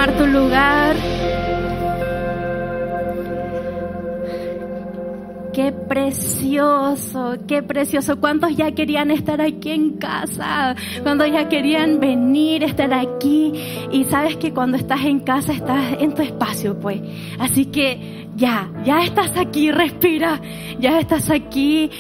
tomar tu lugar. Qué precioso, qué precioso. ¿Cuántos ya querían estar aquí en casa? ¿Cuántos ya querían venir, estar aquí? Y sabes que cuando estás en casa estás en tu espacio, pues. Así que ya estás aquí, respira. Ya estás aquí.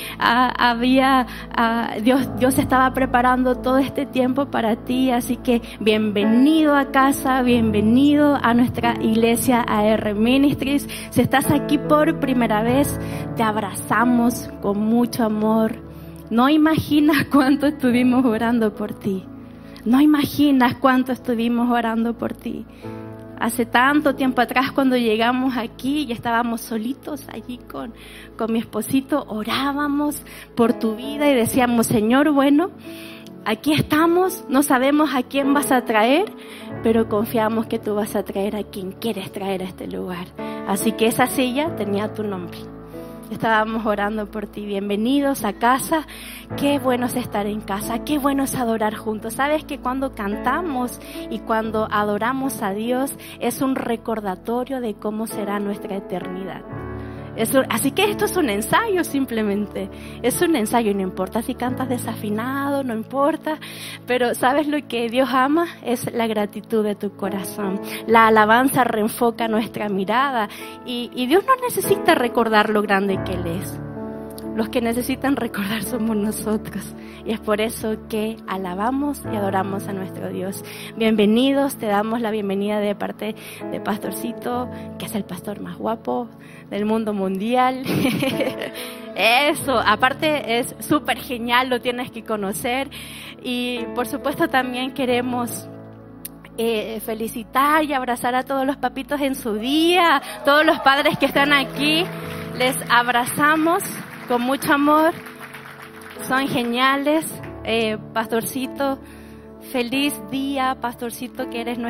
Dios estaba preparando todo este tiempo para ti. Así que bienvenido a casa, bienvenido a nuestra iglesia AR Ministries. Si estás aquí por primera vez, te abrazamos con mucho amor. No imaginas cuánto estuvimos orando por ti. No imaginas cuánto estuvimos orando por ti. Hace tanto tiempo atrás, cuando llegamos aquí y estábamos solitos allí con mi esposito, orábamos por tu vida y decíamos: Señor, bueno, aquí estamos, no sabemos a quién vas a traer, pero confiamos que tú vas a traer a quien quieres traer a este lugar. Así que esa silla tenía tu nombre. Estábamos orando por ti. Bienvenidos a casa. Qué bueno es estar en casa. Qué bueno es adorar juntos. Sabes que cuando cantamos y cuando adoramos a Dios es un recordatorio de cómo será nuestra eternidad. Así que esto es un ensayo simplemente. Es un ensayo, no importa si cantas desafinado, no importa. Pero ¿sabes lo que Dios ama? Es la gratitud de tu corazón. La alabanza reenfoca nuestra mirada. Y Dios no necesita recordar lo grande que Él es. Los que necesitan recordar somos nosotros. Y es por eso que alabamos y adoramos a nuestro Dios. Bienvenidos, te damos la bienvenida de parte de Pastorcito, que es el pastor más guapo del mundo mundial. Eso, aparte es súper genial, lo tienes que conocer. Y por supuesto también queremos felicitar y abrazar a todos los papitos en su día, todos los padres que están aquí, les abrazamos con mucho amor, son geniales. Pastorcito, feliz día, Pastorcito, que eres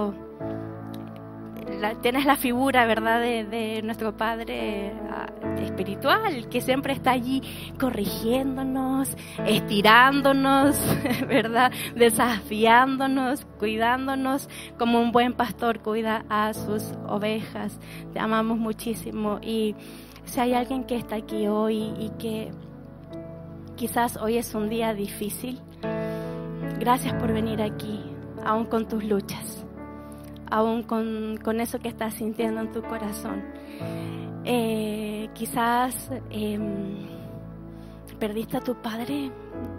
tienes la figura, ¿verdad?, de nuestro Padre espiritual, que siempre está allí corrigiéndonos, estirándonos, ¿verdad?, desafiándonos, cuidándonos, como un buen pastor cuida a sus ovejas. Te amamos muchísimo. Y si hay alguien que está aquí hoy y que quizás hoy es un día difícil, gracias por venir aquí, aún con tus luchas, aún con eso que estás sintiendo en tu corazón. Quizás perdiste a tu padre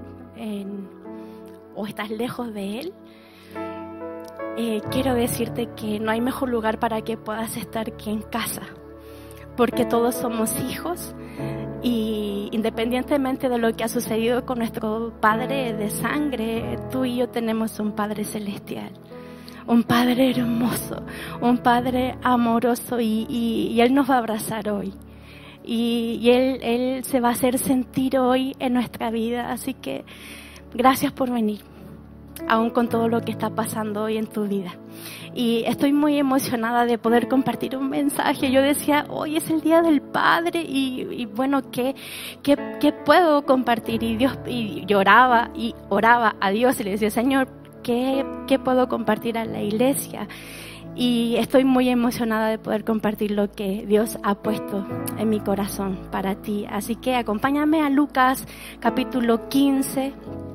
o estás lejos de él. Quiero decirte que no hay mejor lugar para que puedas estar que en casa, porque todos somos hijos y independientemente de lo que ha sucedido con nuestro Padre de sangre, tú y yo tenemos un Padre celestial, un Padre hermoso, un Padre amoroso y Él nos va a abrazar hoy y Él se va a hacer sentir hoy en nuestra vida. Así que gracias por venir, aún con todo lo que está pasando hoy en tu vida. Y estoy muy emocionada de poder compartir un mensaje. Yo decía, hoy es el Día del Padre y bueno, ¿qué puedo compartir? Y yo oraba a Dios y le decía, Señor, ¿qué puedo compartir a la iglesia? Y estoy muy emocionada de poder compartir lo que Dios ha puesto en mi corazón para ti. Así que acompáñame a Lucas capítulo 15.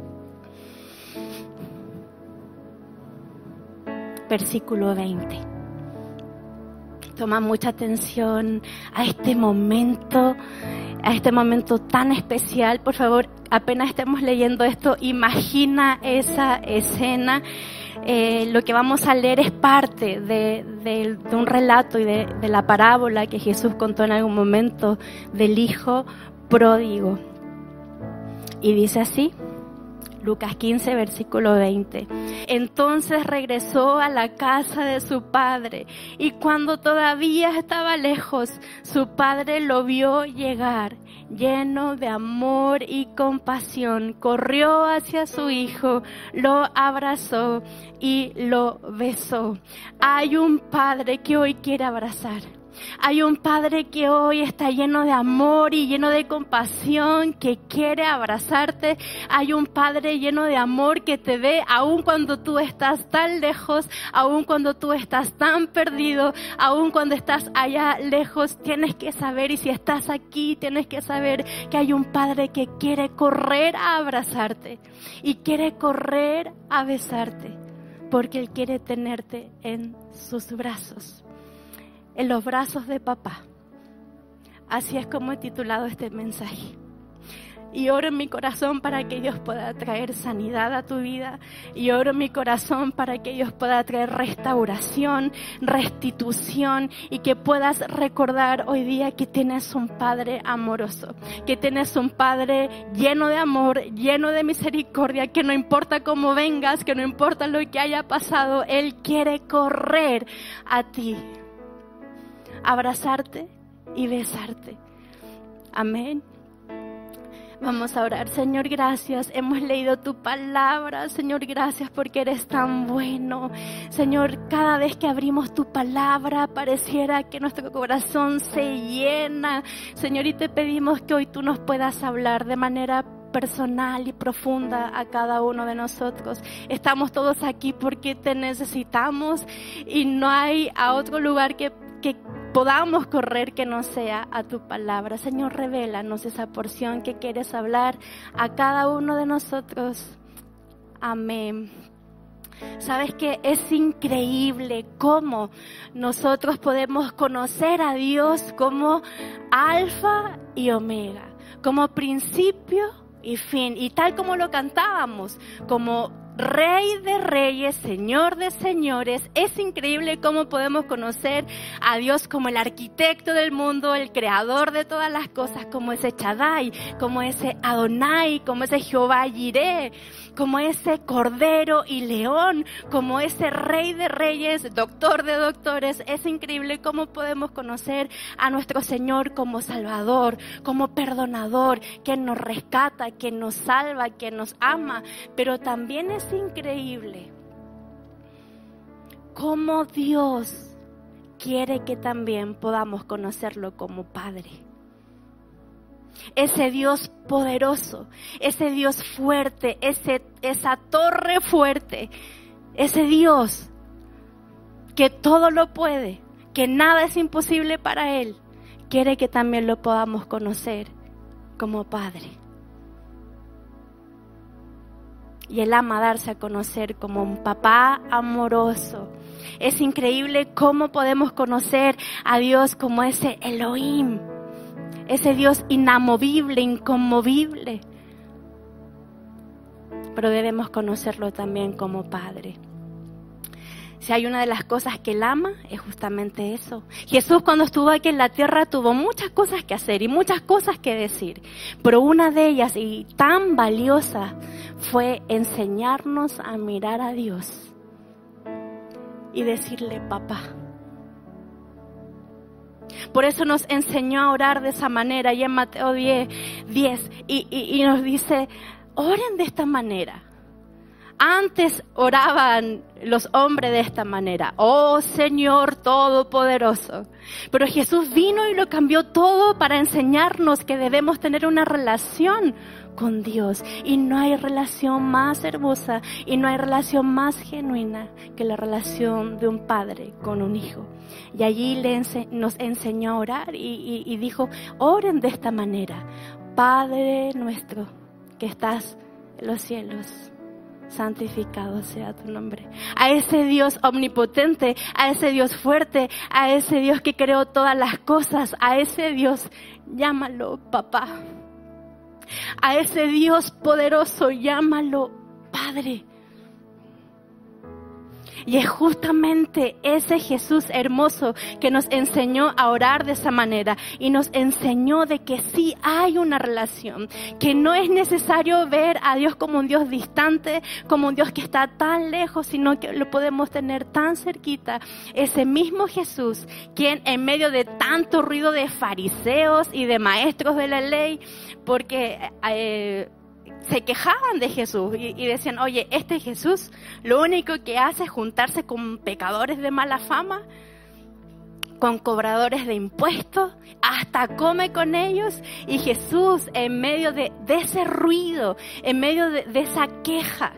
Versículo 20. Toma mucha atención a este momento tan especial. Por favor, apenas estemos leyendo esto, imagina esa escena. Lo que vamos a leer es parte de un relato y de la parábola que Jesús contó en algún momento del hijo pródigo. Y dice así, Lucas 15, versículo 20. Entonces regresó a la casa de su padre, y cuando todavía estaba lejos, su padre lo vio llegar, lleno de amor y compasión. Corrió hacia su hijo, lo abrazó y lo besó. Hay un padre que hoy quiere abrazar. Hay un Padre que hoy está lleno de amor y lleno de compasión, que quiere abrazarte. Hay un Padre lleno de amor que te ve aun cuando tú estás tan lejos, aun cuando tú estás tan perdido, aun cuando estás allá lejos. Tienes que saber, y si estás aquí, tienes que saber que hay un Padre que quiere correr a abrazarte y quiere correr a besarte, porque Él quiere tenerte en sus brazos, en los brazos de papá. Así es como he titulado este mensaje. Y oro en mi corazón para que Dios pueda traer sanidad a tu vida. Y oro en mi corazón para que Dios pueda traer restauración, restitución, y que puedas recordar hoy día que tienes un Padre amoroso, que tienes un Padre lleno de amor, lleno de misericordia, que no importa cómo vengas, que no importa lo que haya pasado, Él quiere correr a ti, abrazarte y besarte. Amén. Vamos a orar. Señor, gracias. Hemos leído tu palabra. Señor, gracias porque eres tan bueno. Señor, cada vez que abrimos tu palabra, pareciera que nuestro corazón se llena. Señor, y te pedimos que hoy tú nos puedas hablar de manera personal y profunda a cada uno de nosotros. Estamos todos aquí porque te necesitamos y no hay a otro lugar que podamos correr que no sea a tu palabra. Señor, revélanos esa porción que quieres hablar a cada uno de nosotros. Amén. Sabes que es increíble cómo nosotros podemos conocer a Dios como Alfa y Omega, como principio y fin, y tal como lo cantábamos, como Rey de reyes, Señor de señores. Es increíble cómo podemos conocer a Dios como el arquitecto del mundo, el creador de todas las cosas, como ese Shaddai, como ese Adonai, como ese Jehová Jireh, como ese Cordero y León, como ese Rey de reyes, Doctor de doctores. Es increíble cómo podemos conocer a nuestro Señor como Salvador, como perdonador, que nos rescata, que nos salva, que nos ama. Pero también es increíble cómo Dios quiere que también podamos conocerlo como Padre. Ese Dios poderoso, ese Dios fuerte, esa torre fuerte, ese Dios que todo lo puede, que nada es imposible para Él, quiere que también lo podamos conocer como Padre. Y Él ama darse a conocer como un papá amoroso. Es increíble cómo podemos conocer a Dios como ese Elohim, ese Dios inamovible, inconmovible. Pero debemos conocerlo también como Padre. Si hay una de las cosas que Él ama, es justamente eso. Jesús, cuando estuvo aquí en la tierra, tuvo muchas cosas que hacer y muchas cosas que decir. Pero una de ellas, y tan valiosa, fue enseñarnos a mirar a Dios y decirle papá. Por eso nos enseñó a orar de esa manera, y en Mateo 10 y nos dice, oren de esta manera. Antes oraban los hombres de esta manera: oh Señor Todopoderoso. Pero Jesús vino y lo cambió todo para enseñarnos que debemos tener una relación con Dios. Y no hay relación más hermosa y no hay relación más genuina que la relación de un padre con un hijo. Y allí nos enseñó a orar y dijo, oren de esta manera: Padre nuestro que estás en los cielos, santificado sea tu nombre. A ese Dios omnipotente, a ese Dios fuerte, a ese Dios que creó todas las cosas, a ese Dios llámalo papá. A ese Dios poderoso llámalo Padre. Y es justamente ese Jesús hermoso que nos enseñó a orar de esa manera y nos enseñó de que sí hay una relación, que no es necesario ver a Dios como un Dios distante, como un Dios que está tan lejos, sino que lo podemos tener tan cerquita. Ese mismo Jesús, quien en medio de tanto ruido de fariseos y de maestros de la ley, porque se quejaban de Jesús y decían, oye, este Jesús lo único que hace es juntarse con pecadores de mala fama, con cobradores de impuestos, hasta come con ellos. Y Jesús, en medio de ese ruido, en medio de esa queja,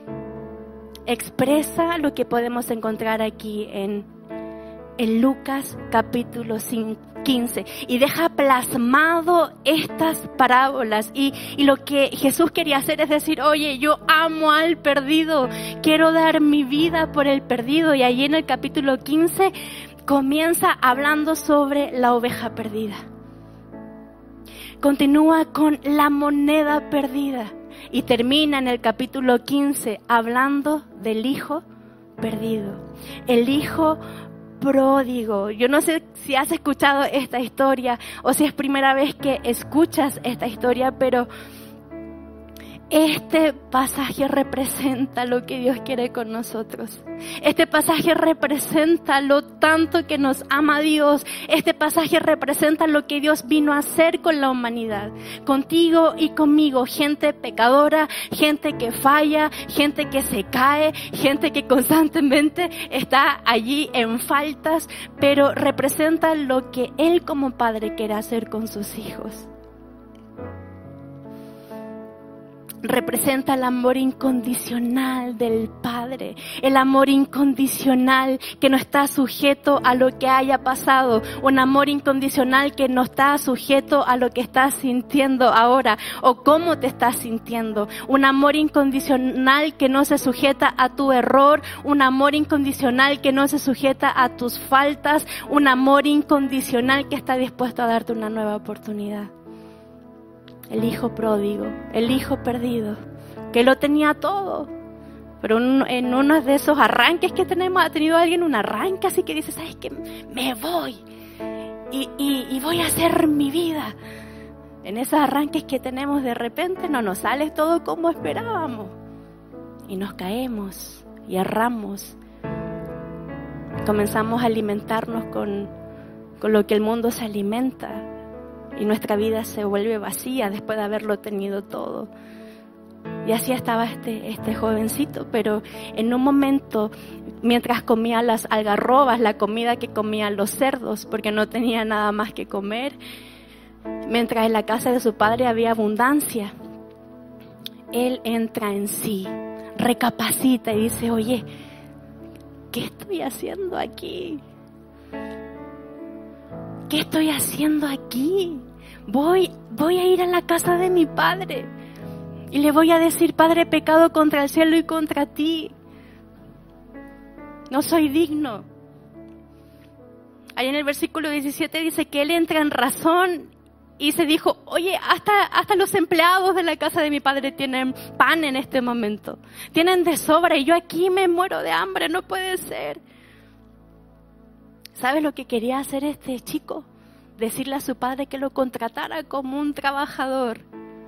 expresa lo que podemos encontrar aquí en Lucas capítulo 15, y deja plasmado estas parábolas, y lo que Jesús quería hacer es decir, oye, yo amo al perdido, quiero dar mi vida por el perdido. Y allí en el capítulo 15 comienza hablando sobre la oveja perdida, continúa con la moneda perdida y termina en el capítulo 15 hablando del hijo perdido, el hijo pródigo. Yo no sé si has escuchado esta historia o si es primera vez que escuchas esta historia, pero este pasaje representa lo que Dios quiere con nosotros. Este pasaje representa lo tanto que nos ama Dios. Este pasaje representa lo que Dios vino a hacer con la humanidad, contigo y conmigo, gente pecadora, gente que falla, gente que se cae, gente que constantemente está allí en faltas, pero representa lo que Él como Padre quiere hacer con sus hijos. Representa el amor incondicional del Padre, el amor incondicional que no está sujeto a lo que haya pasado, un amor incondicional que no está sujeto a lo que estás sintiendo ahora o cómo te estás sintiendo, un amor incondicional que no se sujeta a tu error, un amor incondicional que no se sujeta a tus faltas, un amor incondicional que está dispuesto a darte una nueva oportunidad. El hijo pródigo, el hijo perdido, que lo tenía todo, pero en uno de esos arranques que tenemos, ha tenido alguien un arranque así que dice, ¿sabes qué? Me voy y voy a hacer mi vida. En esos arranques que tenemos de repente no nos sale todo como esperábamos y nos caemos y erramos. Comenzamos a alimentarnos con lo que el mundo se alimenta. Y nuestra vida se vuelve vacía después de haberlo tenido todo. Y así estaba este jovencito, pero en un momento, mientras comía las algarrobas, la comida que comían los cerdos, porque no tenía nada más que comer, mientras en la casa de su padre había abundancia, él entra en sí, recapacita y dice, oye, ¿qué estoy haciendo aquí? ¿Qué estoy haciendo aquí? Voy a ir a la casa de mi padre y le voy a decir, Padre, he pecado contra el cielo y contra ti. No soy digno. Ahí en el versículo 17 dice que él entra en razón y se dijo, oye, hasta los empleados de la casa de mi padre tienen pan en este momento. Tienen de sobra y yo aquí me muero de hambre, no puede ser. ¿Sabes lo que quería hacer este chico? Decirle a su padre que lo contratara como un trabajador.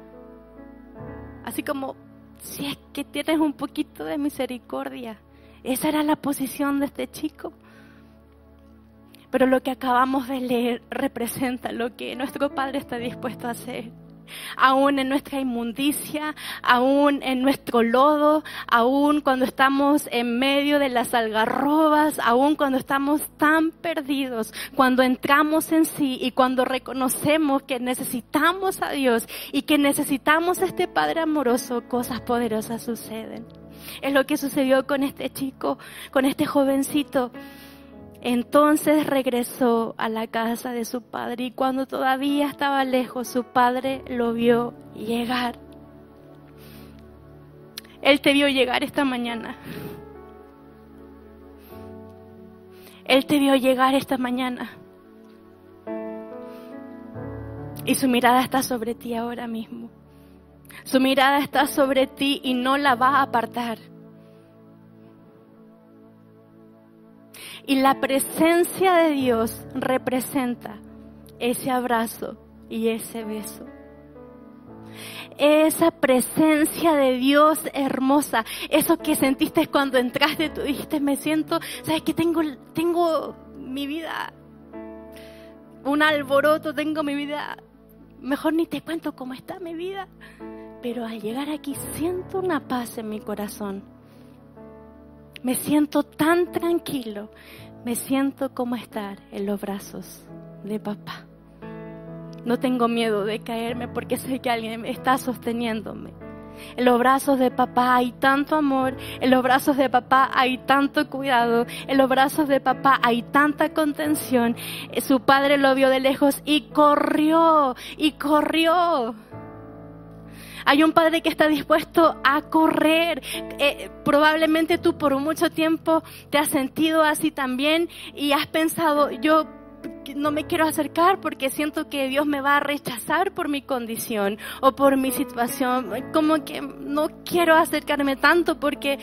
Así como, si es que tienes un poquito de misericordia. Esa era la posición de este chico. Pero lo que acabamos de leer representa lo que nuestro Padre está dispuesto a hacer. Aún en nuestra inmundicia, aún en nuestro lodo, aún cuando estamos en medio de las algarrobas, aún cuando estamos tan perdidos, cuando entramos en sí y cuando reconocemos que necesitamos a Dios y que necesitamos a este Padre amoroso, cosas poderosas suceden. Es lo que sucedió con este chico, con este jovencito. Entonces regresó a la casa de su padre y cuando todavía estaba lejos, su padre lo vio llegar. Él te vio llegar esta mañana. Él te vio llegar esta mañana. Y su mirada está sobre ti ahora mismo. Su mirada está sobre ti y no la va a apartar. Y la presencia de Dios representa ese abrazo y ese beso. Esa presencia de Dios hermosa, eso que sentiste cuando entraste, tú dijiste, me siento, ¿sabes qué? Tengo mi vida, un alboroto, tengo mi vida, mejor ni te cuento cómo está mi vida, pero al llegar aquí siento una paz en mi corazón. Me siento tan tranquilo, me siento como estar en los brazos de papá. No tengo miedo de caerme porque sé que alguien está sosteniéndome. En los brazos de papá hay tanto amor, en los brazos de papá hay tanto cuidado, en los brazos de papá hay tanta contención. Su padre lo vio de lejos y corrió, y corrió. Hay un padre que está dispuesto a correr. Probablemente tú por mucho tiempo te has sentido así también y has pensado, yo no me quiero acercar porque siento que Dios me va a rechazar por mi condición o por mi situación. Como que no quiero acercarme tanto porque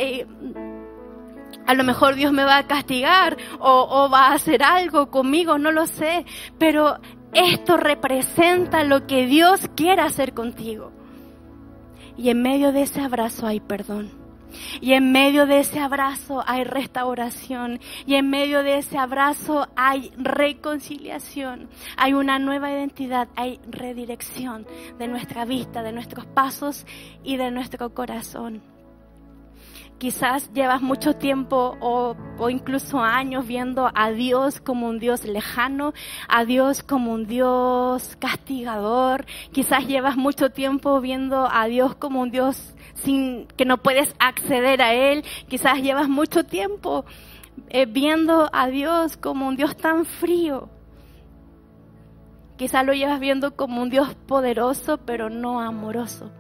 a lo mejor Dios me va a castigar o va a hacer algo conmigo, no lo sé. Pero esto representa lo que Dios quiere hacer contigo. Y en medio de ese abrazo hay perdón. Y en medio de ese abrazo hay restauración. Y en medio de ese abrazo hay reconciliación. Hay una nueva identidad, hay redirección de nuestra vista, de nuestros pasos y de nuestro corazón. Quizás llevas mucho tiempo o incluso años viendo a Dios como un Dios lejano, a Dios como un Dios castigador. Quizás llevas mucho tiempo viendo a Dios como un Dios que no puedes acceder a Él. Quizás llevas mucho tiempo viendo a Dios como un Dios tan frío. Quizás lo llevas viendo como un Dios poderoso, pero no amoroso.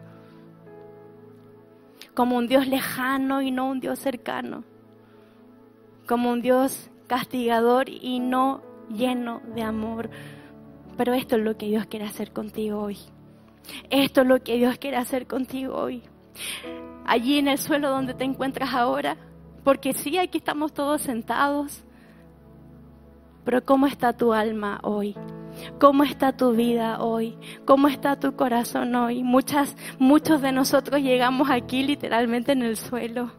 Como un Dios lejano y no un Dios cercano. Como un Dios castigador y no lleno de amor. Pero esto es lo que Dios quiere hacer contigo hoy. Esto es lo que Dios quiere hacer contigo hoy. Allí en el suelo donde te encuentras ahora. Porque sí, aquí estamos todos sentados. Pero ¿cómo está tu alma hoy? ¿Cómo está tu vida hoy? ¿Cómo está tu corazón hoy? Muchos de nosotros llegamos aquí literalmente en el suelo.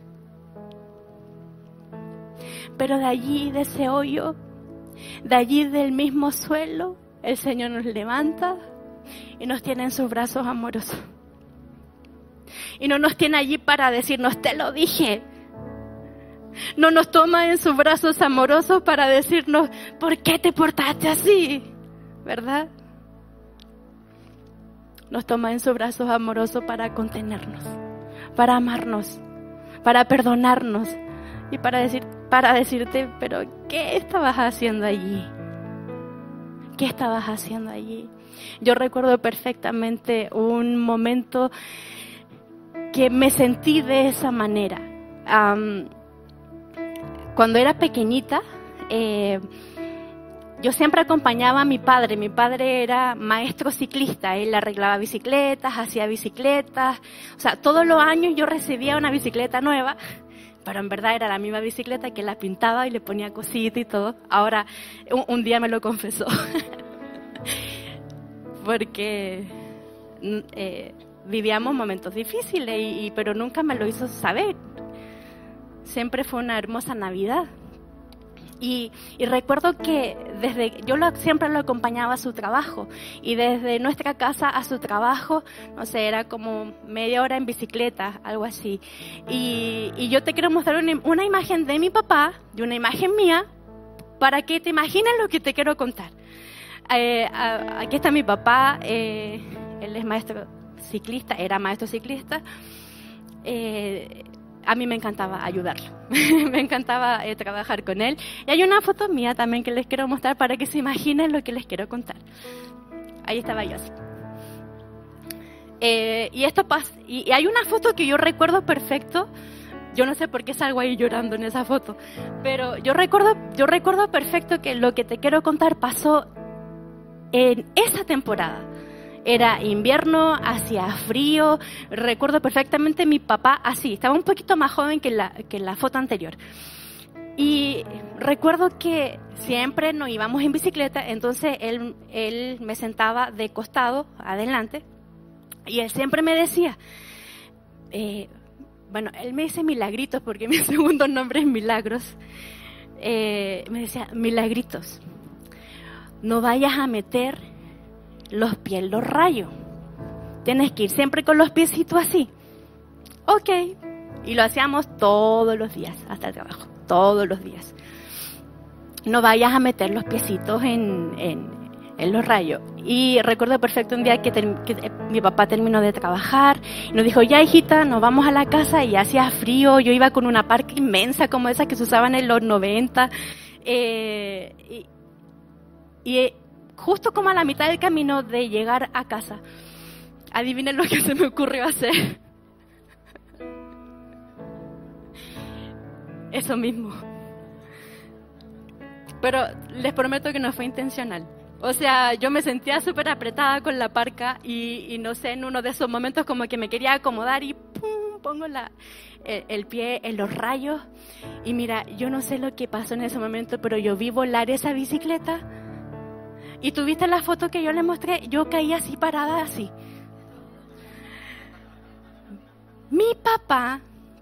Pero de allí, de ese hoyo, de allí del mismo suelo, el Señor nos levanta y nos tiene en sus brazos amorosos. Y no nos tiene allí para decirnos, te lo dije. No nos toma en sus brazos amorosos para decirnos, ¿por qué te portaste así? ¿Verdad? Nos toma en sus brazos amorosos para contenernos, para amarnos, para perdonarnos y para decirte, pero ¿qué estabas haciendo allí? ¿Qué estabas haciendo allí? Yo recuerdo perfectamente un momento que me sentí de esa manera. Cuando era pequeñita, yo siempre acompañaba a mi padre. Mi padre era maestro ciclista. Él arreglaba bicicletas, hacía bicicletas. O sea, todos los años yo recibía una bicicleta nueva, pero en verdad era la misma bicicleta que la pintaba y le ponía cositas y todo. Ahora, un día me lo confesó. Porque vivíamos momentos difíciles, pero nunca me lo hizo saber. Siempre fue una hermosa Navidad. Y recuerdo que siempre lo acompañaba a su trabajo. Y desde nuestra casa a su trabajo, no sé, era como media hora en bicicleta, algo así. Y yo te quiero mostrar una imagen de mi papá y una imagen mía para que te imagines lo que te quiero contar. Aquí está mi papá, él es maestro ciclista, era maestro ciclista. A mí me encantaba ayudarlo, me encantaba trabajar con él. Y hay una foto mía también que les quiero mostrar para que se imaginen lo que les quiero contar. Ahí estaba yo así. Y esto pasa, y hay una foto que yo recuerdo perfecto. Yo no sé por qué salgo ahí llorando en esa foto, pero yo recuerdo perfecto que lo que te quiero contar pasó en esa temporada. Era invierno, hacía frío. Recuerdo perfectamente mi papá así, estaba un poquito más joven que la foto anterior. Y recuerdo que siempre nos íbamos en bicicleta, entonces él me sentaba de costado, adelante, y él siempre me decía, bueno, él me dice Milagritos porque mi segundo nombre es Milagros. Me decía, Milagritos, no vayas a meter los pies en los rayos. Tienes que ir siempre con los piecitos así. Ok. Y lo hacíamos todos los días, hasta el trabajo. Todos los días. no vayas a meter los piecitos en los rayos. Y recuerdo perfecto un día que mi papá terminó de trabajar y nos dijo, ya hijita, nos vamos a la casa, y hacía frío. Yo iba con una parca inmensa como esa que se usaban en los 90, y justo como a la mitad del camino de llegar a casa, adivinen lo que se me ocurrió hacer. Eso mismo. Pero les prometo que no fue intencional. O sea, yo me sentía súper apretada con la parca y no sé, en uno de esos momentos como que me quería acomodar y ¡pum! Pongo el pie en los rayos. Y mira, yo no sé lo que pasó en ese momento, pero yo vi volar esa bicicleta. Y tú viste la foto que yo le mostré, yo caí así parada, así. Mi papá,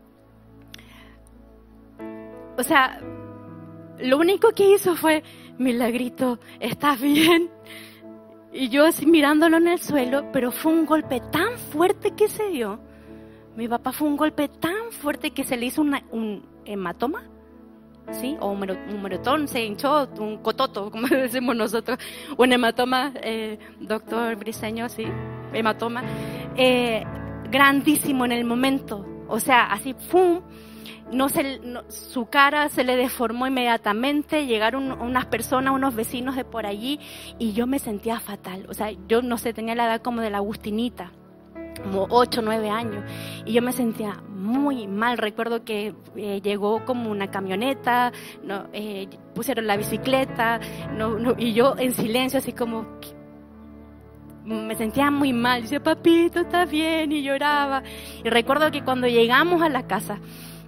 o sea, lo único que hizo fue, Milagrito, ¿estás bien? Y yo así mirándolo en el suelo, pero fue un golpe tan fuerte que se dio. Mi papá fue un golpe tan fuerte que se le hizo un hematoma, ¿sí? O un moretón, se hinchó, un cototo, como decimos nosotros. Un hematoma, doctor Briseño, sí, hematoma. Grandísimo en el momento. O sea, así, ¡pum! Su cara se le deformó inmediatamente. Llegaron unas personas, unos vecinos de por allí, y yo me sentía fatal. O sea, yo no sé, tenía la edad como de la Agustinita, como 8 o 9 años, y yo me sentía muy mal. Recuerdo que llegó como una camioneta, pusieron la bicicleta, y yo en silencio, así como me sentía muy mal. Decía, papito, ¿estás bien? Y lloraba. Y recuerdo que cuando llegamos a la casa,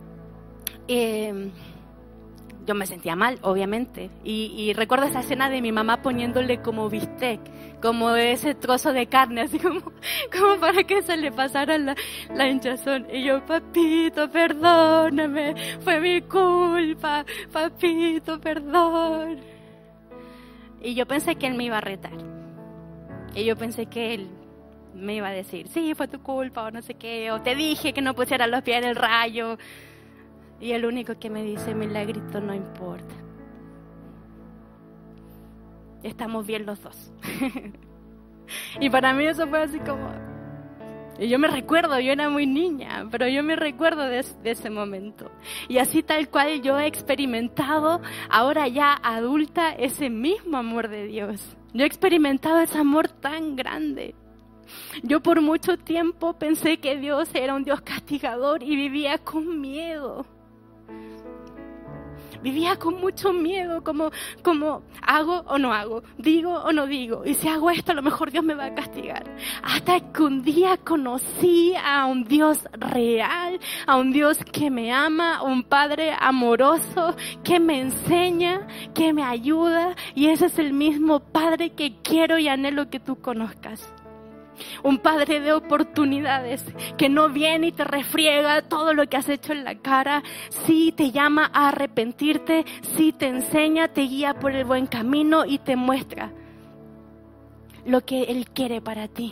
yo me sentía mal, obviamente, y recuerdo esa escena de mi mamá poniéndole como bistec, como ese trozo de carne, así como para que se le pasara la hinchazón. Y yo, papito, perdóname, fue mi culpa, papito, perdón. Y yo pensé que él me iba a retar, y yo pensé que él me iba a decir, sí, fue tu culpa, o no sé qué, o te dije que no pusiera los pies en el rayo. Y el único que me dice, Milagrito, no importa. Estamos bien los dos. Y para mí eso fue así como... Y yo me recuerdo, yo era muy niña, pero yo me recuerdo de ese momento. Y así tal cual yo he experimentado, ahora ya adulta, ese mismo amor de Dios. Yo he experimentado ese amor tan grande. Yo por mucho tiempo pensé que Dios era un Dios castigador y vivía con miedo. Vivía con mucho miedo, como hago o no hago, digo o no digo, y si hago esto a lo mejor Dios me va a castigar. Hasta que un día conocí a un Dios real, a un Dios que me ama, un Padre amoroso que me enseña, que me ayuda, y ese es el mismo Padre que quiero y anhelo que tú conozcas. Un Padre de oportunidades, que no viene y te refriega todo lo que has hecho en la cara. Sí te llama a arrepentirte, sí te enseña, te guía por el buen camino y te muestra lo que Él quiere para ti.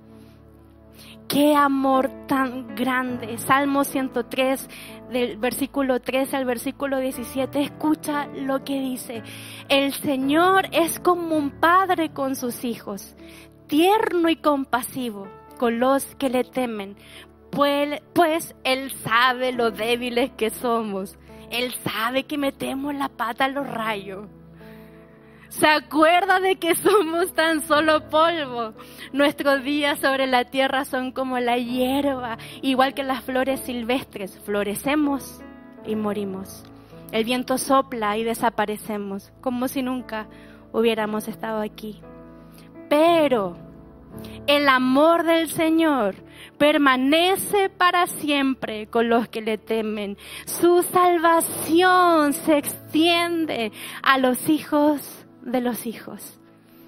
¡Qué amor tan grande! Salmo 103, del versículo 13 al versículo 17, escucha lo que dice. El Señor es como un padre con sus hijos, tierno y compasivo con los que le temen, pues Él sabe lo débiles que somos. Él sabe que metemos la pata en los rayos. Se acuerda de que somos tan solo polvo. Nuestros días sobre la tierra son como la hierba, igual que las flores silvestres. Florecemos y morimos. El viento sopla y desaparecemos, como si nunca hubiéramos estado aquí. Pero el amor del Señor permanece para siempre con los que le temen. Su salvación se extiende a los hijos de los hijos.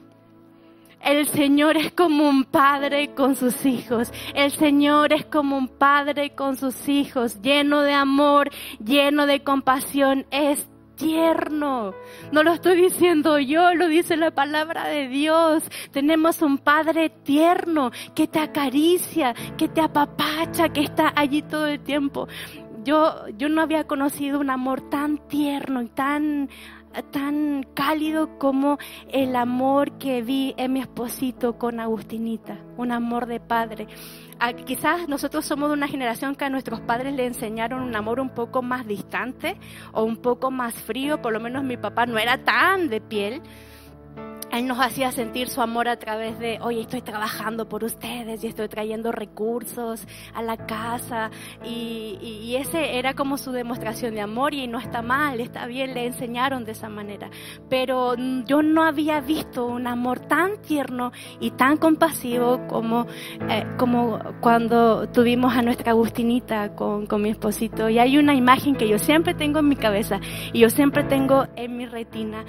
El Señor es como un padre con sus hijos. El Señor es como un padre con sus hijos, lleno de amor, lleno de compasión. Es tierno. No lo estoy diciendo yo, lo dice la palabra de Dios. Tenemos un Padre tierno que te acaricia, que te apapacha, que está allí todo el tiempo. Yo no había conocido un amor tan tierno y tan tan cálido como el amor que vi en mi esposito con Agustinita, un amor de padre. Quizás nosotros somos de una generación que a nuestros padres le enseñaron un amor un poco más distante o un poco más frío. Por lo menos mi papá no era tan de piel. Él nos hacía sentir su amor a través de, oye, estoy trabajando por ustedes y estoy trayendo recursos a la casa. Y ese era como su demostración de amor, y no está mal, está bien, le enseñaron de esa manera. Pero yo no había visto un amor tan tierno y tan compasivo como cuando tuvimos a nuestra Agustinita con mi esposito. Y hay una imagen que yo siempre tengo en mi cabeza y yo siempre tengo en mi retina.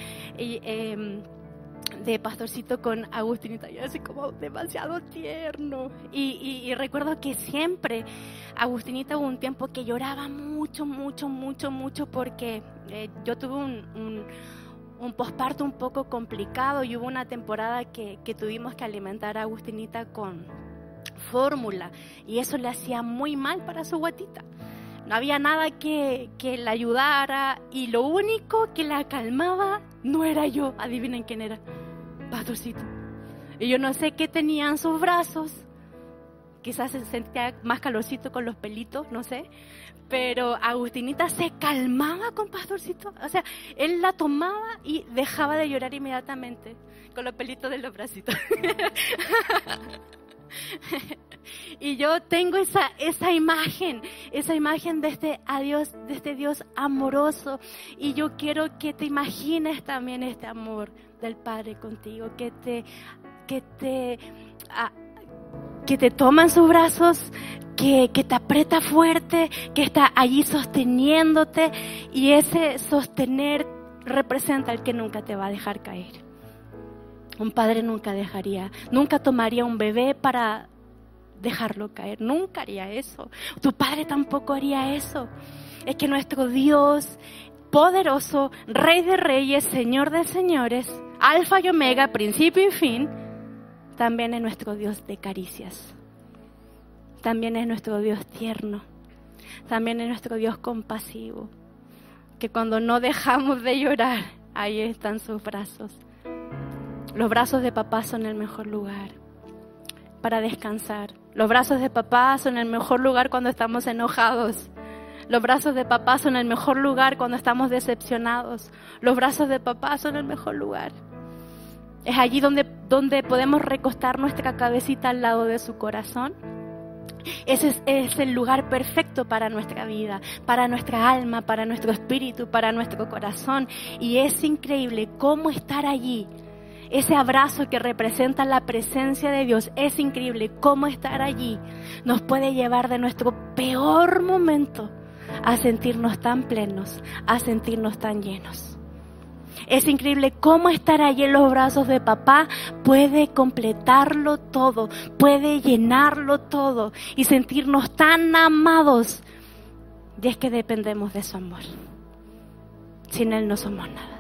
De Pastorcito con Agustinita, yo así como demasiado tierno, y recuerdo que siempre Agustinita hubo un tiempo que lloraba mucho porque yo tuve un posparto un poco complicado, y hubo una temporada que tuvimos que alimentar a Agustinita con fórmula, y eso le hacía muy mal para su guatita. No había nada que la ayudara, y lo único que la calmaba no era yo. Adivinen quién era. Pastorcito. Y yo no sé qué tenía en sus brazos. Quizás se sentía más calorcito con los pelitos, no sé. Pero Agustinita se calmaba con Pastorcito. O sea, él la tomaba y dejaba de llorar inmediatamente con los pelitos de los bracitos. Y yo tengo esa imagen de este Dios amoroso, y yo quiero que te imagines también este amor del Padre contigo, que te toma en sus brazos, que te aprieta fuerte, que está allí sosteniéndote, y ese sostener representa el que nunca te va a dejar caer. Un padre nunca tomaría un bebé para dejarlo caer, nunca haría eso. Tu padre tampoco haría eso. Es que nuestro Dios poderoso, Rey de Reyes, Señor de Señores, Alfa y Omega, principio y fin, también es nuestro Dios de caricias, también es nuestro Dios tierno, también es nuestro Dios compasivo, que cuando no dejamos de llorar, ahí están sus brazos. Los brazos de papá son el mejor lugar para descansar. Los brazos de papá son el mejor lugar cuando estamos enojados. Los brazos de papá son el mejor lugar cuando estamos decepcionados. Los brazos de papá son el mejor lugar. Es allí donde podemos recostar nuestra cabecita al lado de su corazón. Ese es el lugar perfecto para nuestra vida, para nuestra alma, para nuestro espíritu, para nuestro corazón. Y es increíble cómo estar allí. Ese abrazo que representa la presencia de Dios, es increíble cómo estar allí nos puede llevar de nuestro peor momento a sentirnos tan plenos, a sentirnos tan llenos. Es increíble cómo estar allí en los brazos de papá puede completarlo todo, puede llenarlo todo y sentirnos tan amados. Y es que dependemos de su amor. Sin Él no somos nada.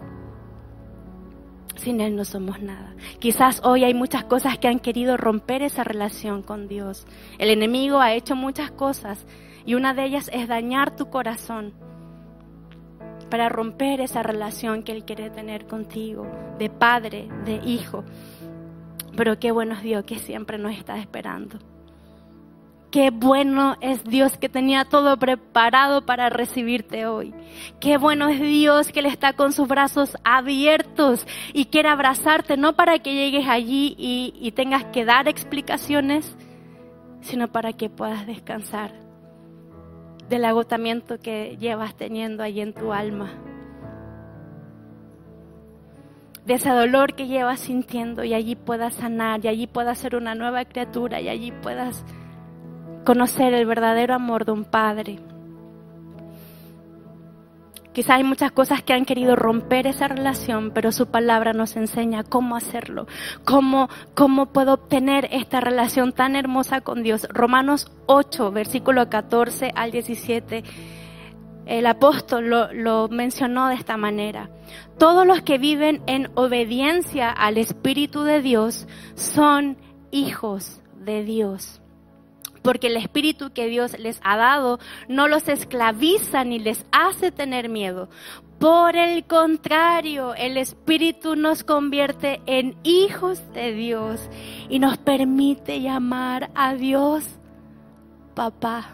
Sin Él no somos nada. Quizás hoy hay muchas cosas que han querido romper esa relación con Dios. El enemigo ha hecho muchas cosas y una de ellas es dañar tu corazón para romper esa relación que Él quiere tener contigo, de padre, de hijo. Pero qué bueno es Dios que siempre nos está esperando. Qué bueno es Dios que tenía todo preparado para recibirte hoy. Qué bueno es Dios que Él está con sus brazos abiertos y quiere abrazarte, no para que llegues allí y tengas que dar explicaciones, sino para que puedas descansar del agotamiento que llevas teniendo allí en tu alma, de ese dolor que llevas sintiendo, y allí puedas sanar, y allí puedas ser una nueva criatura, y allí puedas conocer el verdadero amor de un padre. Quizás hay muchas cosas que han querido romper esa relación, pero su palabra nos enseña cómo hacerlo, cómo puedo obtener esta relación tan hermosa con Dios. Romanos 8, versículo 14 al 17, el apóstol lo mencionó de esta manera: todos los que viven en obediencia al Espíritu de Dios son hijos de Dios. Porque el espíritu que Dios les ha dado no los esclaviza ni les hace tener miedo. Por el contrario, el espíritu nos convierte en hijos de Dios y nos permite llamar a Dios papá.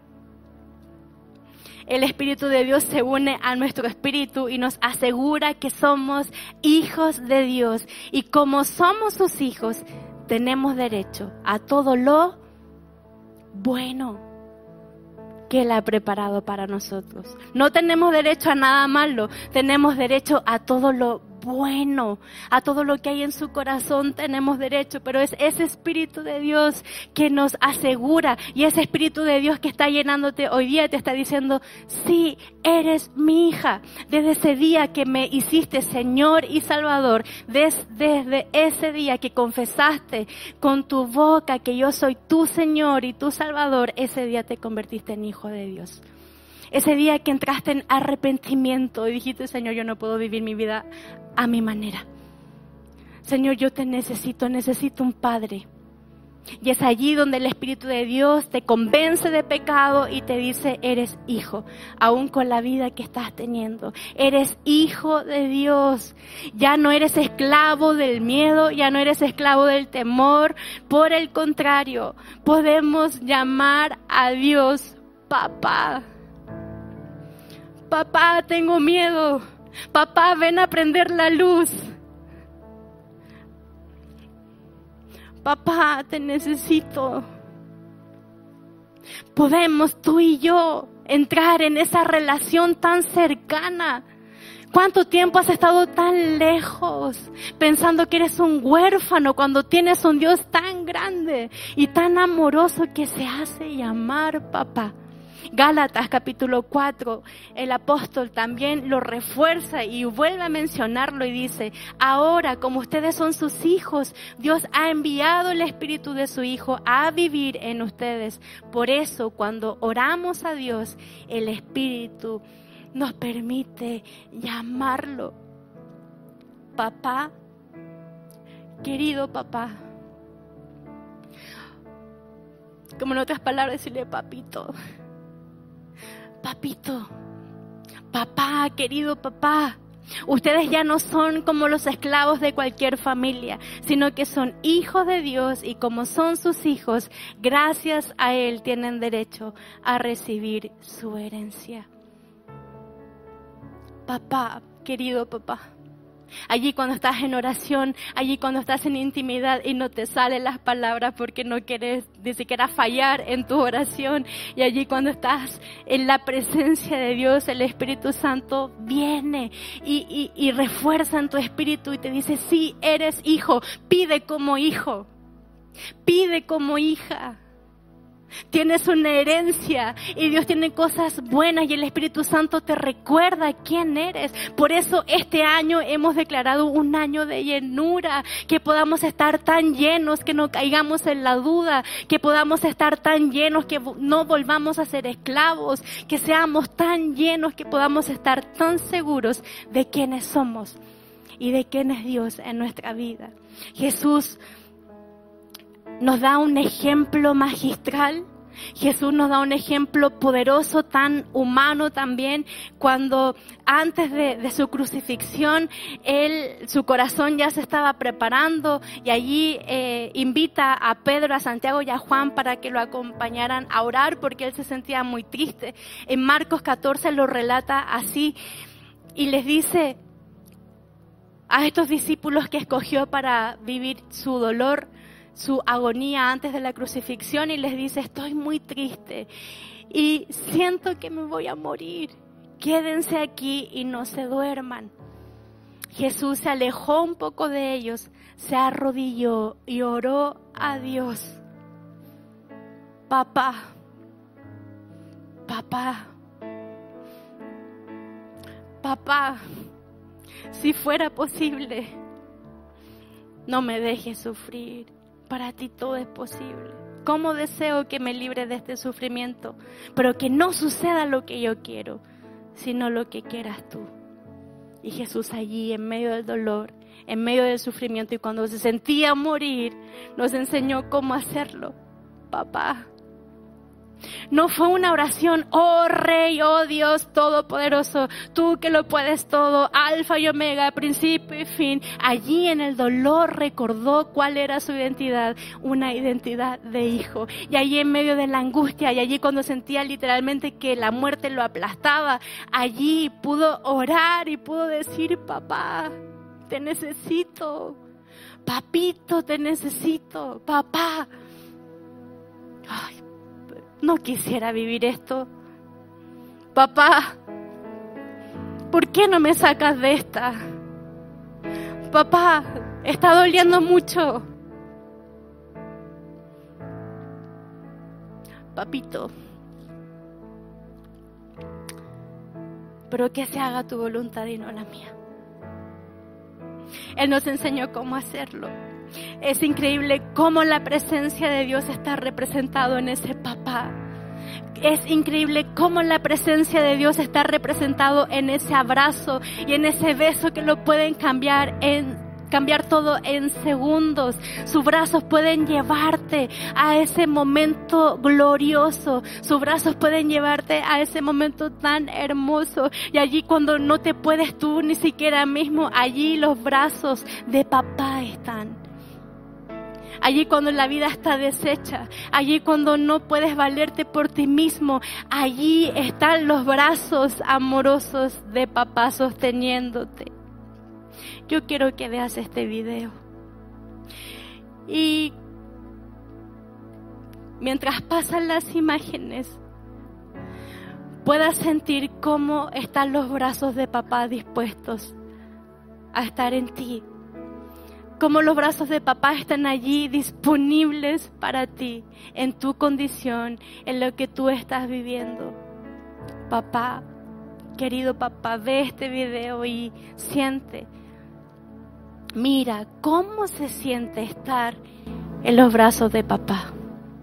El Espíritu de Dios se une a nuestro espíritu y nos asegura que somos hijos de Dios. Y como somos sus hijos, tenemos derecho a todo lo bueno que Él ha preparado para nosotros. No tenemos derecho a nada malo, tenemos derecho a todo lo bueno, a todo lo que hay en su corazón tenemos derecho, pero es ese Espíritu de Dios que nos asegura, y ese Espíritu de Dios que está llenándote hoy día te está diciendo: sí, eres mi hija. Desde ese día que me hiciste Señor y Salvador, desde ese día que confesaste con tu boca que yo soy tu Señor y tu Salvador, ese día te convertiste en hijo de Dios. Ese día que entraste en arrepentimiento y dijiste: Señor, yo no puedo vivir mi vida a mi manera. Señor, yo te necesito un Padre. Y es allí donde el Espíritu de Dios te convence de pecado y te dice: eres hijo, aún con la vida que estás teniendo. Eres hijo de Dios. Ya no eres esclavo del miedo, ya no eres esclavo del temor. Por el contrario, podemos llamar a Dios papá. Papá, tengo miedo. Papá, ven a prender la luz. Papá, te necesito. Podemos tú y yo entrar en esa relación tan cercana. ¿Cuánto tiempo has estado tan lejos pensando que eres un huérfano cuando tienes un Dios tan grande y tan amoroso que se hace llamar papá? Gálatas capítulo 4, el apóstol también lo refuerza y vuelve a mencionarlo y dice: ahora, como ustedes son sus hijos, Dios ha enviado el Espíritu de su Hijo a vivir en ustedes. Por eso, cuando oramos a Dios, el Espíritu nos permite llamarlo papá, querido papá. Como en otras palabras, decirle: papito. Papito, papá, querido papá, ustedes ya no son como los esclavos de cualquier familia, sino que son hijos de Dios, y como son sus hijos, gracias a Él tienen derecho a recibir su herencia. Papá, querido papá. Allí cuando estás en oración, allí cuando estás en intimidad y no te salen las palabras porque no quieres ni siquiera fallar en tu oración. Y allí cuando estás en la presencia de Dios, el Espíritu Santo viene y refuerza en tu espíritu y te dice: sí, eres hijo, pide como hijo, pide como hija. Tienes una herencia y Dios tiene cosas buenas y el Espíritu Santo te recuerda quién eres. Por eso este año hemos declarado un año de llenura, que podamos estar tan llenos que no caigamos en la duda, que podamos estar tan llenos que no volvamos a ser esclavos, que seamos tan llenos que podamos estar tan seguros de quiénes somos y de quién es Dios en nuestra vida. Jesús nos da un ejemplo magistral. Jesús nos da un ejemplo poderoso, tan humano también, cuando antes de su crucifixión, su corazón ya se estaba preparando y allí invita a Pedro, a Santiago y a Juan para que lo acompañaran a orar porque él se sentía muy triste. En Marcos 14 lo relata así y les dice a estos discípulos que escogió para vivir su dolor, su agonía antes de la crucifixión, y les dice: estoy muy triste y siento que me voy a morir. Quédense aquí y no se duerman. Jesús se alejó un poco de ellos, se arrodilló y oró a Dios: papá, papá, papá, si fuera posible, no me dejes sufrir. Para ti todo es posible. Cómo deseo que me libre de este sufrimiento, pero que no suceda lo que yo quiero, sino lo que quieras tú. Y Jesús allí, en medio del dolor, en medio del sufrimiento, y cuando se sentía morir, nos enseñó cómo hacerlo. Papá, No fue una oración, oh Rey, oh Dios Todopoderoso, tú que lo puedes todo, Alfa y Omega, principio y fin. Allí en el dolor recordó cuál era su identidad, una identidad de hijo. Y allí en medio de la angustia, y allí cuando sentía literalmente que la muerte lo aplastaba, allí pudo orar y pudo decir, papá, te necesito, papito, te necesito, papá. Ay, no quisiera vivir esto. Papá, ¿por qué no me sacas de esta? Papá, está doliendo mucho. Papito, pero que se haga tu voluntad y no la mía. Él nos enseñó cómo hacerlo. Es increíble cómo la presencia de Dios está representado en ese papá. Es increíble cómo la presencia de Dios está representado en ese abrazo y en ese beso que lo pueden cambiar todo en segundos. Sus brazos pueden llevarte a ese momento glorioso. Sus brazos pueden llevarte a ese momento tan hermoso. Y allí cuando no te puedes tú ni siquiera mismo, allí los brazos de papá están. Allí cuando la vida está deshecha, allí cuando no puedes valerte por ti mismo, allí están los brazos amorosos de papá sosteniéndote. Yo quiero que veas este video. Y mientras pasan las imágenes, puedas sentir cómo están los brazos de papá dispuestos a estar en ti. Cómo los brazos de papá están allí disponibles para ti, en tu condición, en lo que tú estás viviendo. Papá, querido papá, ve este video y siente. Mira cómo se siente estar en los brazos de papá.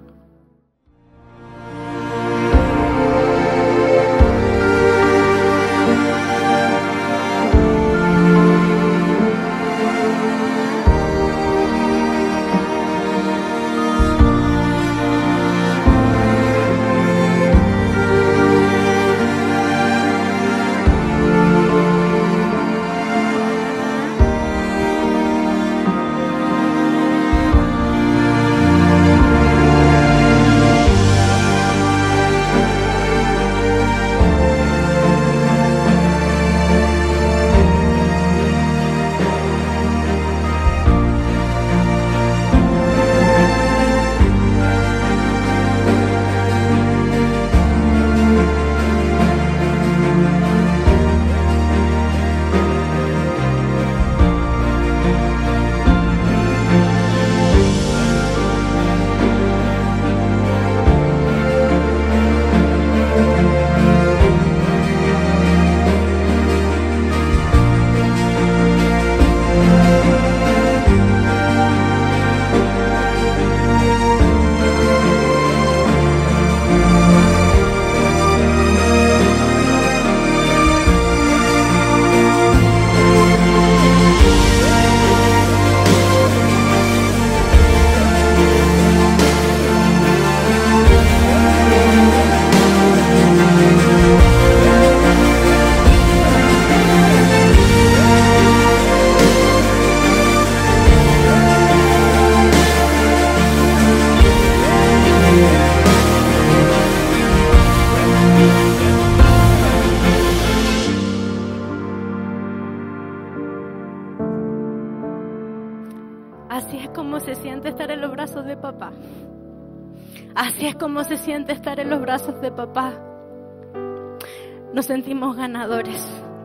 Así es como se siente estar en los brazos de papá. Así es como se siente estar en los brazos de papá. Nos sentimos ganadores.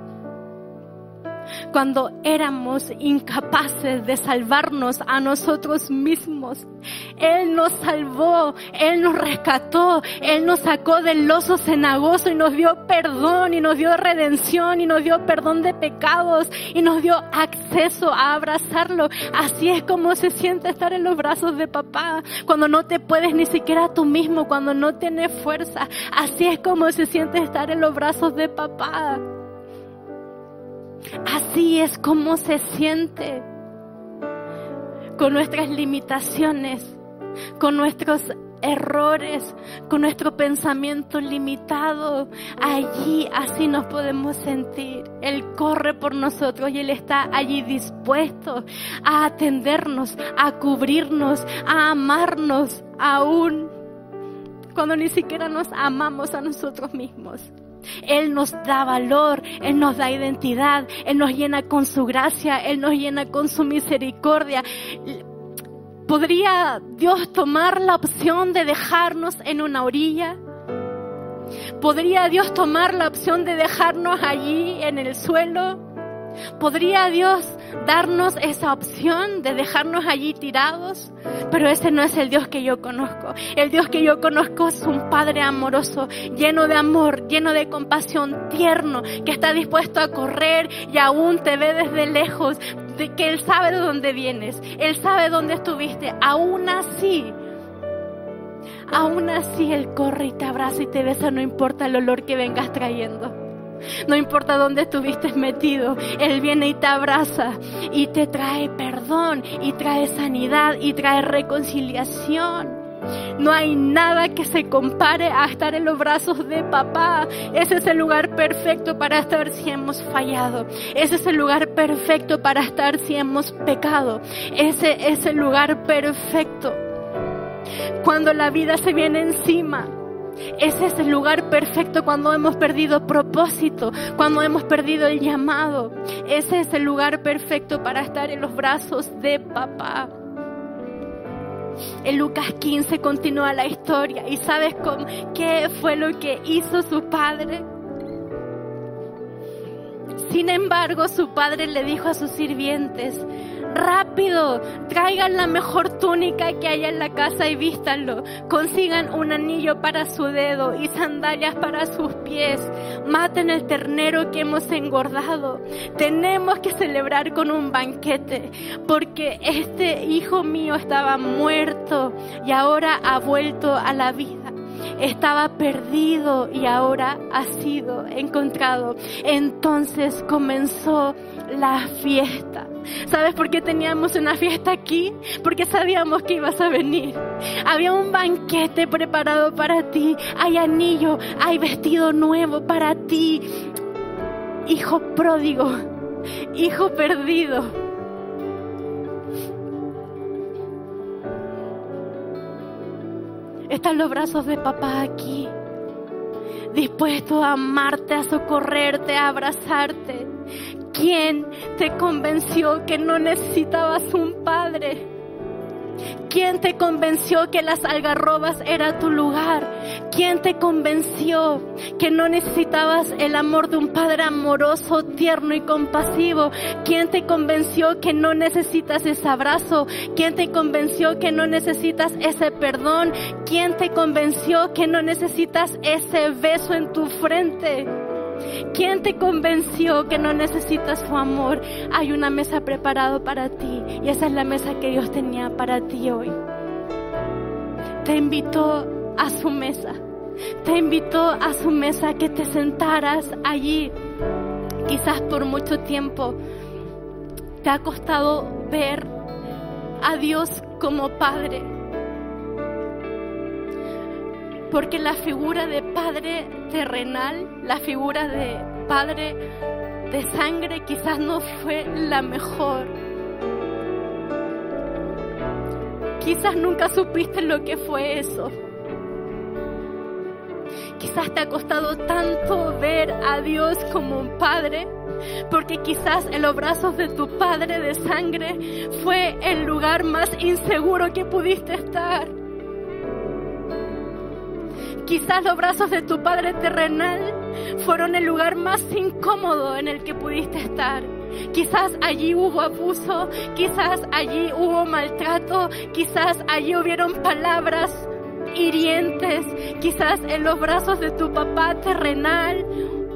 Cuando éramos incapaces de salvarnos a nosotros mismos, Él nos salvó, Él nos rescató, Él nos sacó del lozo cenagoso y nos dio perdón y nos dio redención y nos dio perdón de pecados y nos dio acceso a abrazarlo. Así es como se siente estar en los brazos de papá, cuando no te puedes ni siquiera tú mismo, cuando no tienes fuerza. Así es como se siente estar en los brazos de papá. Así es como se siente, con nuestras limitaciones, con nuestros errores, con nuestro pensamiento limitado, allí así nos podemos sentir. Él corre por nosotros y Él está allí dispuesto a atendernos, a cubrirnos, a amarnos, aún cuando ni siquiera nos amamos a nosotros mismos. Él nos da valor, Él nos da identidad, Él nos llena con su gracia, Él nos llena con su misericordia. ¿Podría Dios tomar la opción de dejarnos en una orilla? ¿Podría Dios tomar la opción de dejarnos allí en el suelo? ¿Podría Dios darnos esa opción de dejarnos allí tirados? Pero ese no es el Dios que yo conozco. El Dios que yo conozco es un Padre amoroso, lleno de amor, lleno de compasión, tierno, que está dispuesto a correr y aún te ve desde lejos, de que Él sabe de dónde vienes, Él sabe dónde estuviste. Aún así Él corre y te abraza y te besa, no importa el olor que vengas trayendo. No importa dónde estuviste metido, Él viene y te abraza y te trae perdón y trae sanidad y trae reconciliación. No hay nada que se compare a estar en los brazos de papá. Ese es el lugar perfecto para estar si hemos fallado. Ese es el lugar perfecto para estar si hemos pecado. Ese es el lugar perfecto cuando la vida se viene encima. Ese es el lugar perfecto cuando hemos perdido propósito, cuando hemos perdido el llamado. Ese es el lugar perfecto para estar en los brazos de papá. En Lucas 15 continúa la historia. ¿Y sabes qué fue lo que hizo su padre? Sin embargo, su padre le dijo a sus sirvientes: rápido, traigan la mejor túnica que haya en la casa y vístanlo. Consigan un anillo para su dedo y sandalias para sus pies. Maten el ternero que hemos engordado. Tenemos que celebrar con un banquete, porque este hijo mío estaba muerto y ahora ha vuelto a la vida. Estaba perdido y ahora ha sido encontrado. Entonces comenzó la fiesta. ¿Sabes por qué teníamos una fiesta aquí? Porque sabíamos que ibas a venir. Había un banquete preparado para ti. Hay anillo, hay vestido nuevo para ti. Hijo pródigo, hijo perdido. Están los brazos de papá aquí, dispuesto a amarte, a socorrerte, a abrazarte. ¿Quién te convenció que no necesitabas un padre? ¿Quién te convenció que las algarrobas era tu lugar? ¿Quién te convenció que no necesitabas el amor de un padre amoroso, tierno y compasivo? ¿Quién te convenció que no necesitas ese abrazo? ¿Quién te convenció que no necesitas ese perdón? ¿Quién te convenció que no necesitas ese beso en tu frente? ¿Quién te convenció que no necesitas su amor? Hay una mesa preparada para ti y esa es la mesa que Dios tenía para ti hoy. Te invitó a su mesa. Te invitó a su mesa, que te sentaras allí. Quizás por mucho tiempo te ha costado ver a Dios como Padre, porque la figura de padre terrenal, la figura de padre de sangre quizás no fue la mejor. Quizás nunca supiste lo que fue eso. Quizás te ha costado tanto ver a Dios como un padre, porque quizás en los brazos de tu padre de sangre fue el lugar más inseguro que pudiste estar. Quizás los brazos de tu padre terrenal fueron el lugar más incómodo en el que pudiste estar. Quizás allí hubo abuso, quizás allí hubo maltrato, quizás allí hubieron palabras hirientes, quizás en los brazos de tu papá terrenal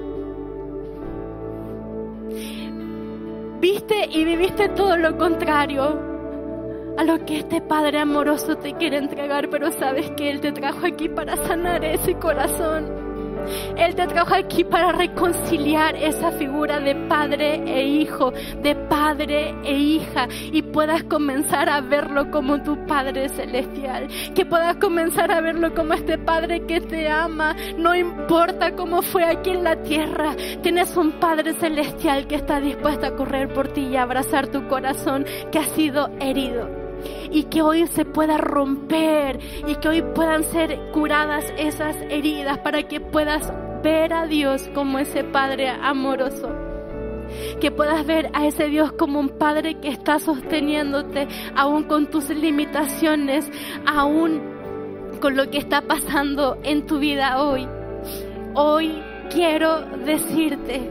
viste y viviste todo lo contrario a lo que este Padre amoroso te quiere entregar, pero sabes que Él te trajo aquí para sanar ese corazón. Él te trajo aquí para reconciliar esa figura de padre e hijo, de padre e hija, y puedas comenzar a verlo como tu Padre Celestial, que puedas comenzar a verlo como este Padre que te ama, no importa cómo fue aquí en la tierra. Tienes un Padre Celestial que está dispuesto a correr por ti y a abrazar tu corazón que ha sido herido. Y que hoy se pueda romper y que hoy puedan ser curadas esas heridas para que puedas ver a Dios como ese Padre amoroso. Que puedas ver a ese Dios como un Padre que está sosteniéndote aún con tus limitaciones, aún con lo que está pasando en tu vida hoy. Hoy quiero decirte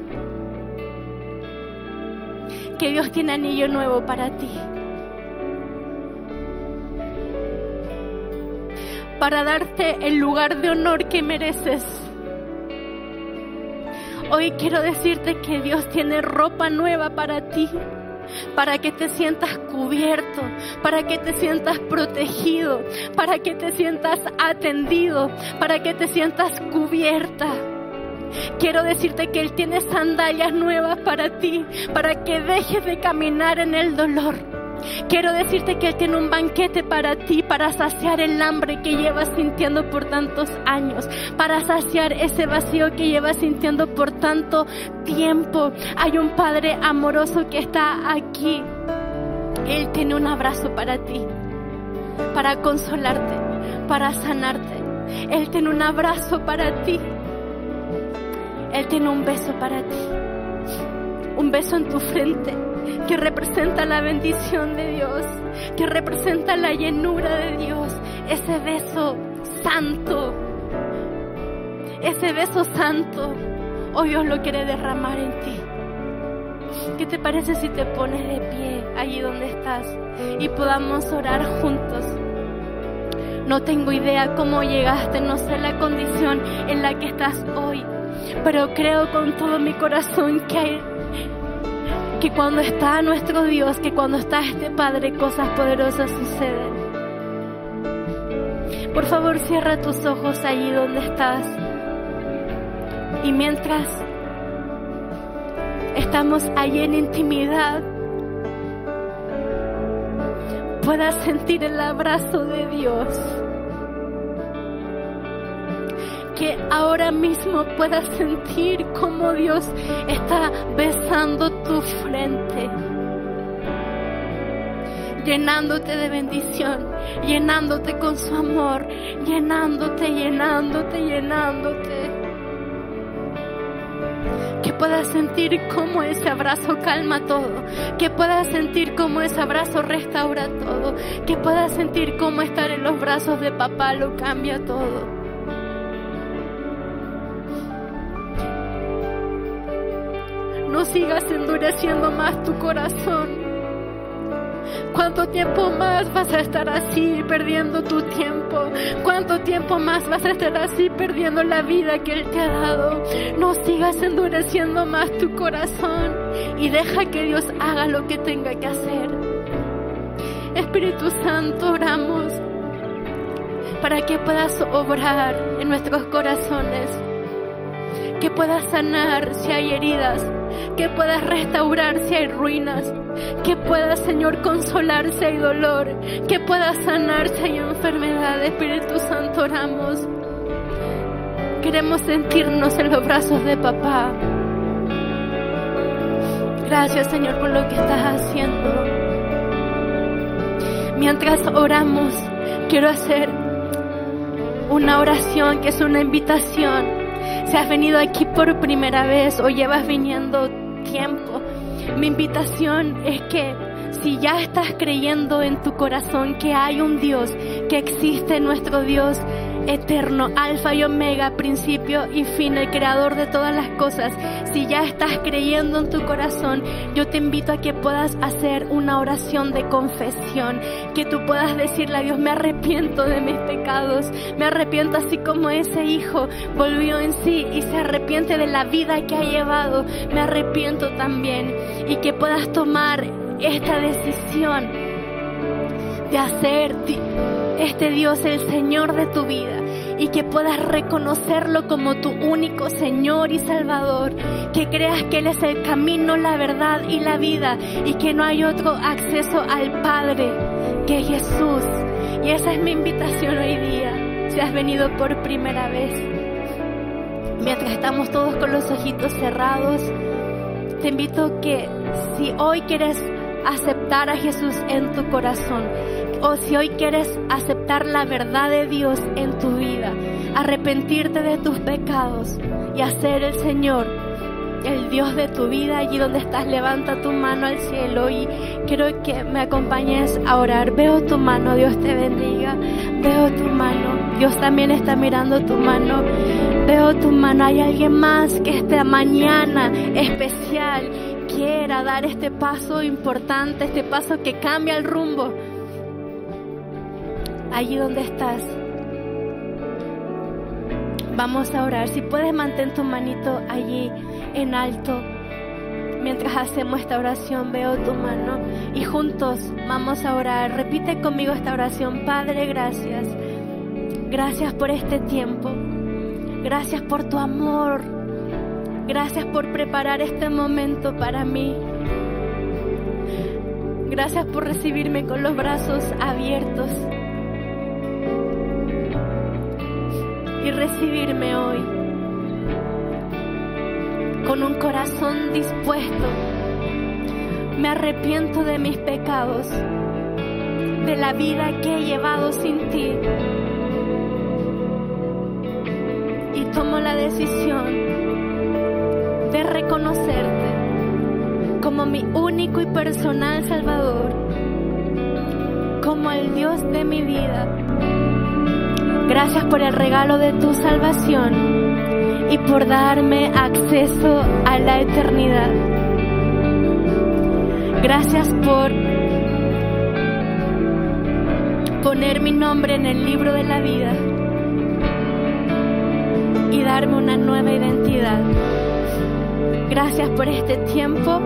que Dios tiene anillo nuevo para ti. Para darte el lugar de honor que mereces. Hoy quiero decirte que Dios tiene ropa nueva para ti, para que te sientas cubierto, para que te sientas protegido, para que te sientas atendido, para que te sientas cubierta. Quiero decirte que Él tiene sandalias nuevas para ti, para que dejes de caminar en el dolor. Quiero decirte que Él tiene un banquete para ti, para saciar el hambre que llevas sintiendo por tantos años, para saciar ese vacío que llevas sintiendo por tanto tiempo. Hay un Padre amoroso que está aquí. Él tiene un abrazo para ti, para consolarte, para sanarte. Él tiene un abrazo para ti. Él tiene un beso para ti, un beso en tu frente, que representa la bendición de Dios, que representa la llenura de Dios, ese beso santo, hoy Dios lo quiere derramar en ti. ¿Qué te parece si te pones de pie allí donde estás y podamos orar juntos? No tengo idea cómo llegaste, no sé la condición en la que estás hoy, pero creo con todo mi corazón que cuando está nuestro Dios, que cuando está este Padre, cosas poderosas suceden. Por favor, cierra tus ojos allí donde estás. Y mientras estamos allí en intimidad, puedas sentir el abrazo de Dios. Que ahora mismo puedas sentir cómo Dios está besando tu frente, llenándote de bendición, llenándote con su amor, llenándote. Que puedas sentir cómo ese abrazo calma todo, que puedas sentir cómo ese abrazo restaura todo, que puedas sentir cómo estar en los brazos de papá lo cambia todo. No sigas endureciendo más tu corazón. ¿Cuánto tiempo más vas a estar así perdiendo tu tiempo? ¿Cuánto tiempo más vas a estar así perdiendo la vida que Él te ha dado? No sigas endureciendo más tu corazón y deja que Dios haga lo que tenga que hacer. Espíritu Santo, oramos para que puedas obrar en nuestros corazones, que puedas sanar si hay heridas, que puedas restaurar si hay ruinas, que puedas, Señor, consolar si hay dolor, que puedas sanar si hay enfermedad. Espíritu Santo, oramos. Queremos sentirnos en los brazos de papá. Gracias, Señor, por lo que estás haciendo. Mientras oramos, quiero hacer una oración que es una invitación. Si has venido aquí por primera vez o llevas viniendo tiempo, mi invitación es que si ya estás creyendo en tu corazón que hay un Dios, que existe nuestro Dios eterno, alfa y omega, principio y fin, el creador de todas las cosas, si ya estás creyendo en tu corazón, yo te invito a que puedas hacer una oración de confesión, que tú puedas decirle a Dios: me arrepiento de mis pecados, me arrepiento así como ese hijo volvió en sí y se arrepiente de la vida que ha llevado, me arrepiento también, y que puedas tomar esta decisión de hacer este Dios el Señor de tu vida y que puedas reconocerlo como tu único Señor y Salvador, que creas que Él es el camino, la verdad y la vida y que no hay otro acceso al Padre que Jesús. Y esa es mi invitación hoy día, si has venido por primera vez. Mientras estamos todos con los ojitos cerrados, te invito que si hoy quieres aceptar a Jesús en tu corazón, o si hoy quieres aceptar la verdad de Dios en tu vida, arrepentirte de tus pecados y hacer el Señor el Dios de tu vida, allí donde estás, levanta tu mano al cielo y quiero que me acompañes a orar. Veo tu mano, Dios te bendiga. Veo tu mano, Dios también está mirando tu mano. Veo tu mano. Hay alguien más que esta mañana especial quiera dar este paso importante, este paso que cambia el rumbo. Allí donde estás, vamos a orar. Si puedes, mantén tu manito allí en alto mientras hacemos esta oración. Veo tu mano y juntos vamos a orar. Repite conmigo esta oración. Padre, gracias. Gracias por este tiempo. Gracias por tu amor. Gracias por preparar este momento para mí. Gracias por recibirme con los brazos abiertos y recibirme hoy con un corazón dispuesto. Me arrepiento de mis pecados, de la vida que he llevado sin ti, y tomo la decisión de reconocerte como mi único y personal Salvador, como el Dios de mi vida. Gracias por el regalo de tu salvación y por darme acceso a la eternidad. Gracias por poner mi nombre en el libro de la vida y darme una nueva identidad. Gracias por este tiempo.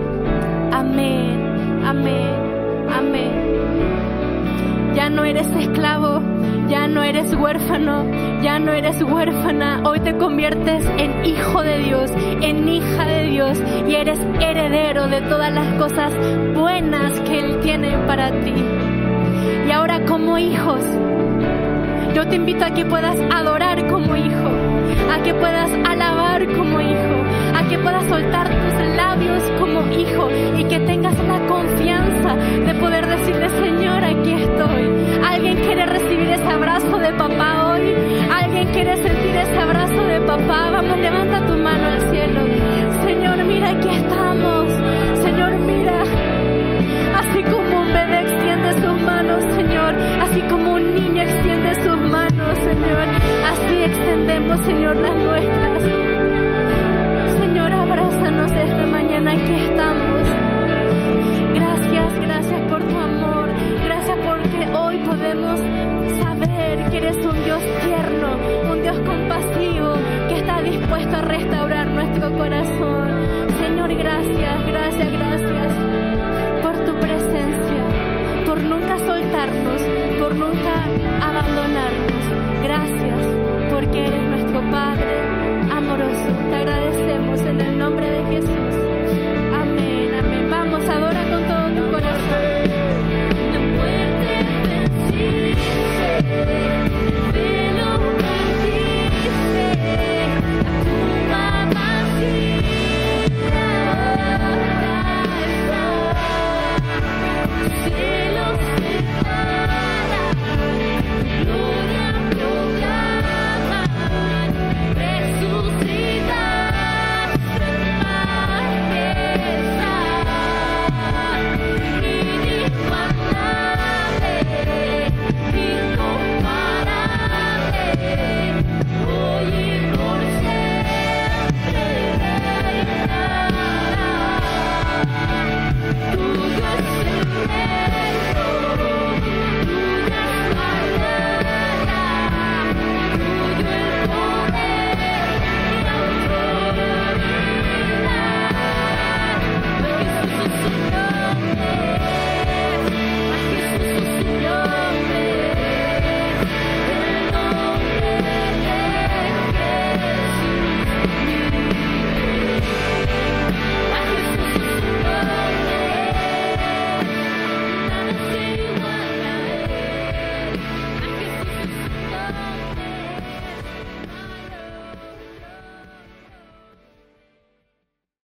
Amén, amén, amén. Ya no eres esclavo, ya no eres huérfano, ya no eres huérfana. Hoy te conviertes en hijo de Dios, en hija de Dios, y eres heredero de todas las cosas buenas que Él tiene para ti. Y ahora, como hijos, yo te invito a que puedas adorar como hijo, a que puedas alabar como hijo, a que puedas soltar tus labios como hijo y que tengas la confianza de poder decirle: Señor, aquí estoy. ¿Alguien quiere recibir ese abrazo de papá hoy? ¿Alguien quiere sentir ese abrazo de papá? Vamos, levanta tu mano al cielo. Señor, mira, aquí estamos. Señor, mira, así como un bebé extiende sus manos, Señor, así como un niño extiende sus manos, Señor, así extendemos, Señor, las nuestras. Señor, abrázanos esta mañana, aquí estamos. Gracias, gracias por tu amor. Gracias porque hoy podemos saber que eres un Dios tierno, un Dios compasivo, que está dispuesto a restaurar nuestro corazón. Señor, gracias, gracias, gracias por tu presencia, por nunca soltarnos, por nunca abandonarnos. Gracias porque eres nuestro Padre amoroso. Te agradecemos en el nombre de Jesús.